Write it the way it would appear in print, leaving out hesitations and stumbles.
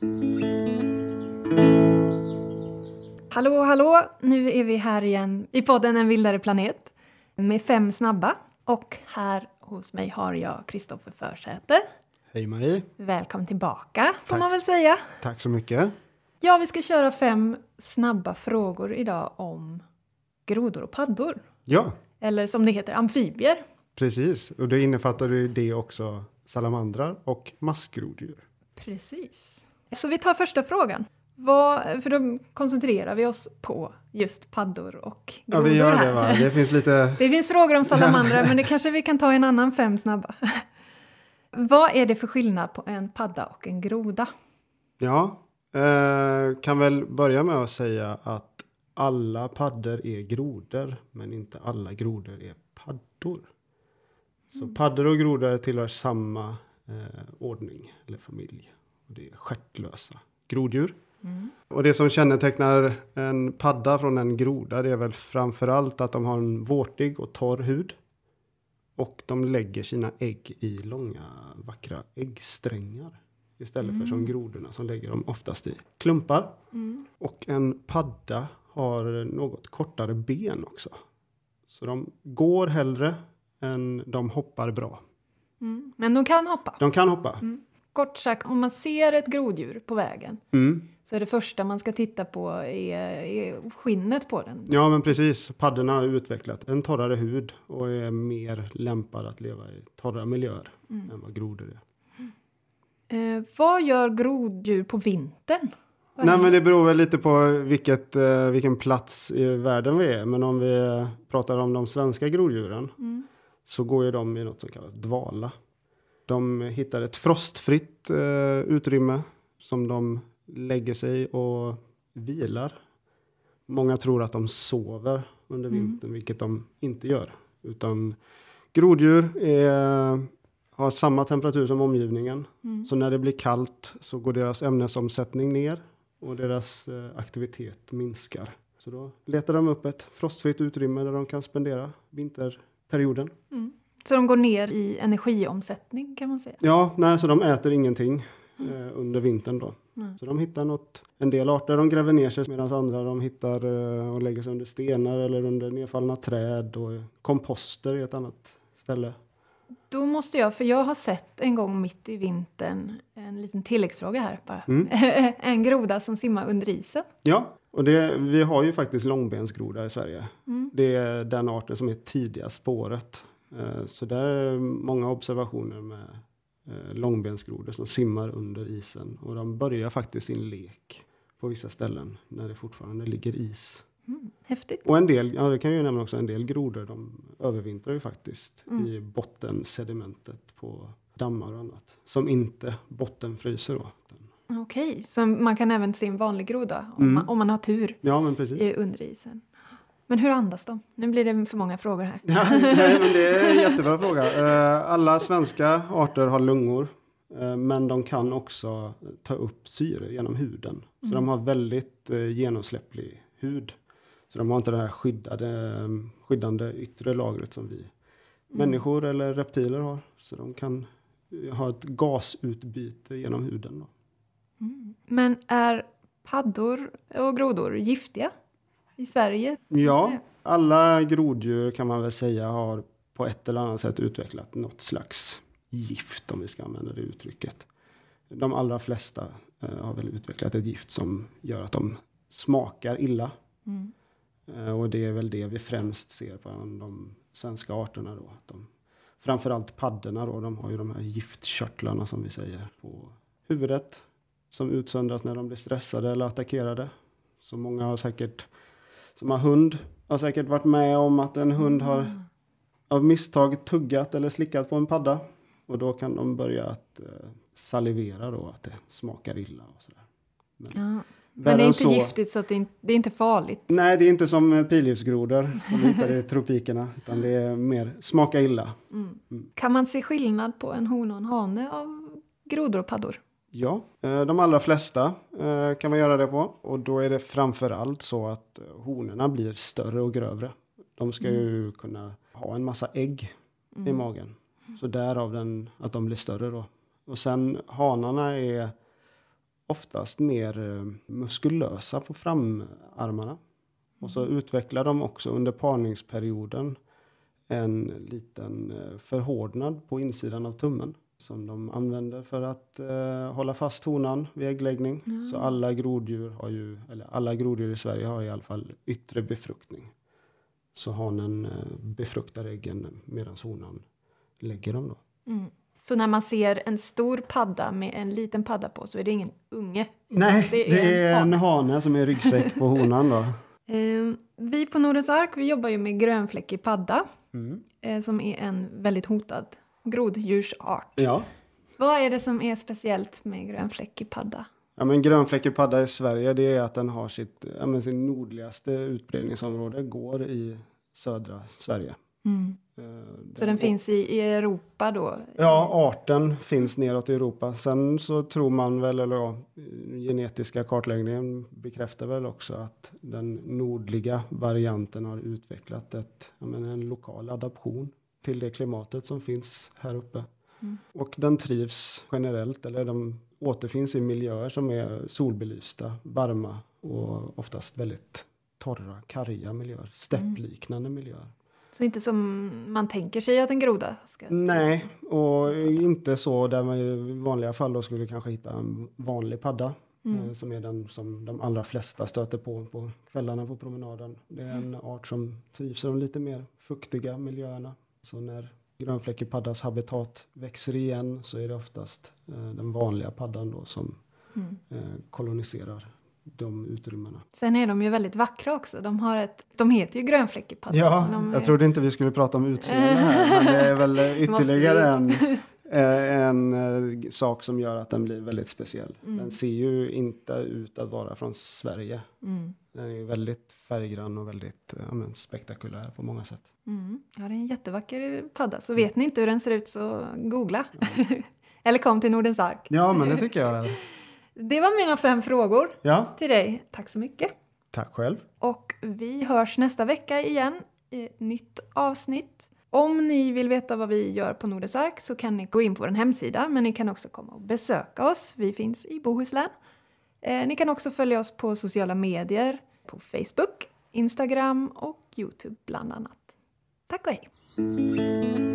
Hallå, hallå! Nu är vi här igen i podden En vildare planet med 5 snabba. Och här hos mig har jag Kristoffer Försäter. Hej Marie. Välkommen tillbaka, får Tack. man väl säga. Tack så mycket. Ja, vi ska köra 5 snabba frågor idag om grodor och paddor. Ja, Eller som det heter, amfibier. precis. Och det innefattar ju det också salamandrar och maskgroddjur. Precis. Så vi tar första frågan. För då koncentrerar vi oss på just paddor och Ja, grodor vi gör här. det va? Det finns lite... Det finns frågor om salamandrar, men det kanske vi kan ta en annan 5 snabba. Vad är det för skillnad på en padda och en groda? Ja, kan väl börja med att säga att alla paddor är grodor, men inte alla grodor är paddor. Så paddor och grodor tillhör samma ordning eller familj. Och det är stjärtlösa groddjur. Och det som kännetecknar en padda från en groda, det är väl framförallt att de har en vårtig och torr hud. Och de lägger sina ägg i långa vackra äggsträngar. Istället för som grodorna som lägger dem oftast i klumpar. Och en padda har något kortare ben också. Så de går hellre än de hoppar bra. Men de kan hoppa. De kan hoppa. Kort sagt, om man ser ett groddjur på vägen så är det första man ska titta på är skinnet på den. Ja, men precis. Paddorna har utvecklat en torrare hud och är mer lämpade att leva i torra miljöer än vad grodor är. Vad gör groddjur på vintern? Nej, men det beror väl lite på vilken plats i världen vi är. Men om vi pratar om de svenska groddjuren så går ju de i något som kallas dvala. De hittar ett frostfritt utrymme som de lägger sig och vilar. Många tror att de sover under vintern, vilket de inte gör. Utan groddjur har samma temperatur som omgivningen. Så när det blir kallt så går deras ämnesomsättning ner och deras aktivitet minskar. Så då letar de upp ett frostfritt utrymme där de kan spendera vinterperioden. Så de går ner i energiomsättning kan man säga. Ja, nej, så de äter ingenting under vintern då. Så de hittar en del arter de gräver ner sig medan andra de hittar och lägger sig under stenar eller under nedfallna träd och komposter i ett annat ställe. Då måste för jag har sett en gång mitt i vintern en liten tilläggsfråga här bara. En groda som simmar under isen. Ja, och vi har ju faktiskt långbensgroda i Sverige. Det är den arten som är tidigast på året. Så där är många observationer med långbensgrodor som simmar under isen. Och de börjar faktiskt sin lek på vissa ställen när det fortfarande ligger is. Häftigt. Och det kan ju nämna också en del grodor, de övervintrar ju faktiskt i bottensedimentet på dammar och annat. Som inte bottenfryser då. Okej, så man kan även se en vanlig groda om man har tur. Ja, men precis. Under isen. Men hur andas de? Nu blir det för många frågor här. Ja, nej, men det är en jättebra fråga. Alla svenska arter har lungor. Men de kan också ta upp syre genom huden. Så de har väldigt genomsläpplig hud. Så de har inte det här skyddande yttre lagret som vi människor eller reptiler har. Så de kan ha ett gasutbyte genom huden då. Men är paddor och grodor giftiga i Sverige? Ja, alla groddjur kan man väl säga har på ett eller annat sätt utvecklat något slags gift, om vi ska använda det uttrycket. De allra flesta har väl utvecklat ett gift som gör att de smakar illa. Och det är väl det vi främst ser på de svenska arterna då. Framförallt paddorna då, de har ju de här giftkörtlarna som vi säger på huvudet. Som utsöndras när de blir stressade eller attackerade. Så många som har hund har säkert varit med om att en hund har av misstag tuggat eller slickat på en padda. Och då kan de börja att salivera då, att det smakar illa och sådär. Men det är inte giftigt så att det är inte farligt. Nej, det är inte som pilgrimsgrodor som vi hittar i tropikerna. Utan det är mer smaka illa. Kan man se skillnad på en hona och en hane av grodor och paddor? Ja, de allra flesta kan man göra det på. Och då är det framförallt så att honorna blir större och grövre. De ska ju kunna ha en massa ägg i magen. Så därav att de blir större då. Och sen hanarna är oftast mer muskulösa på framarmarna. Och så utvecklar de också under parningsperioden en liten förhårdnad på insidan av tummen. Som de använder för att hålla fast honan vid äggläggning. Mm. Så alla groddjur i Sverige har i alla fall yttre befruktning. Så hanen befruktar äggen medan honan lägger dem då. Mm. Så när man ser en stor padda med en liten padda på så är det ingen unge? Nej, det är en hane som är ryggsäck på honan då. Vi på Nordens Ark, vi jobbar ju med grönfläckig padda. Som är en väldigt hotad groddjursart. Ja. Vad är det som är speciellt med grönfläckig padda? Ja, men grönfläckig padda i Sverige, det är att den har sin nordligaste utbredningsområde går i södra Sverige. Så den finns i Europa då? Ja, arten finns neråt i Europa. Sen så tror man väl, genetiska kartläggningen bekräftar väl också att den nordliga varianten har utvecklat en lokal adaption till det klimatet som finns här uppe. Och den trivs generellt, eller de återfinns i miljöer som är solbelysta, varma och oftast väldigt torra, karga miljöer, stäppliknande miljöer. Så inte som man tänker sig att en groda ska... Nej, och inte så där man i vanliga fall då skulle kanske hitta en vanlig padda. Som är den som de allra flesta stöter på kvällarna på promenaden. Det är en art som trivs i de lite mer fuktiga miljöerna. Så när grönfläckig paddas habitat växer igen så är det oftast den vanliga paddan då som koloniserar de utrymmena. Sen är de ju väldigt vackra också. De heter ju grönfläckig padda. Ja, jag trodde inte vi skulle prata om utseende här. Men det är väl ytterligare en sak som gör att den blir väldigt speciell. Den ser ju inte ut att vara från Sverige. Den är väldigt färggrann och väldigt spektakulär på många sätt. Ja, det är en jättevacker padda. Så vet ni inte hur den ser ut så googla. Eller kom till Nordens Ark. Ja, men det tycker jag väl. Det var mina 5 frågor till dig. Tack så mycket. Tack själv. Och vi hörs nästa vecka igen i ett nytt avsnitt. Om ni vill veta vad vi gör på Nordens Ark så kan ni gå in på vår hemsida. Men ni kan också komma och besöka oss. Vi finns i Bohuslän. Ni kan också följa oss på sociala medier. På Facebook, Instagram och YouTube bland annat. Tack och hej!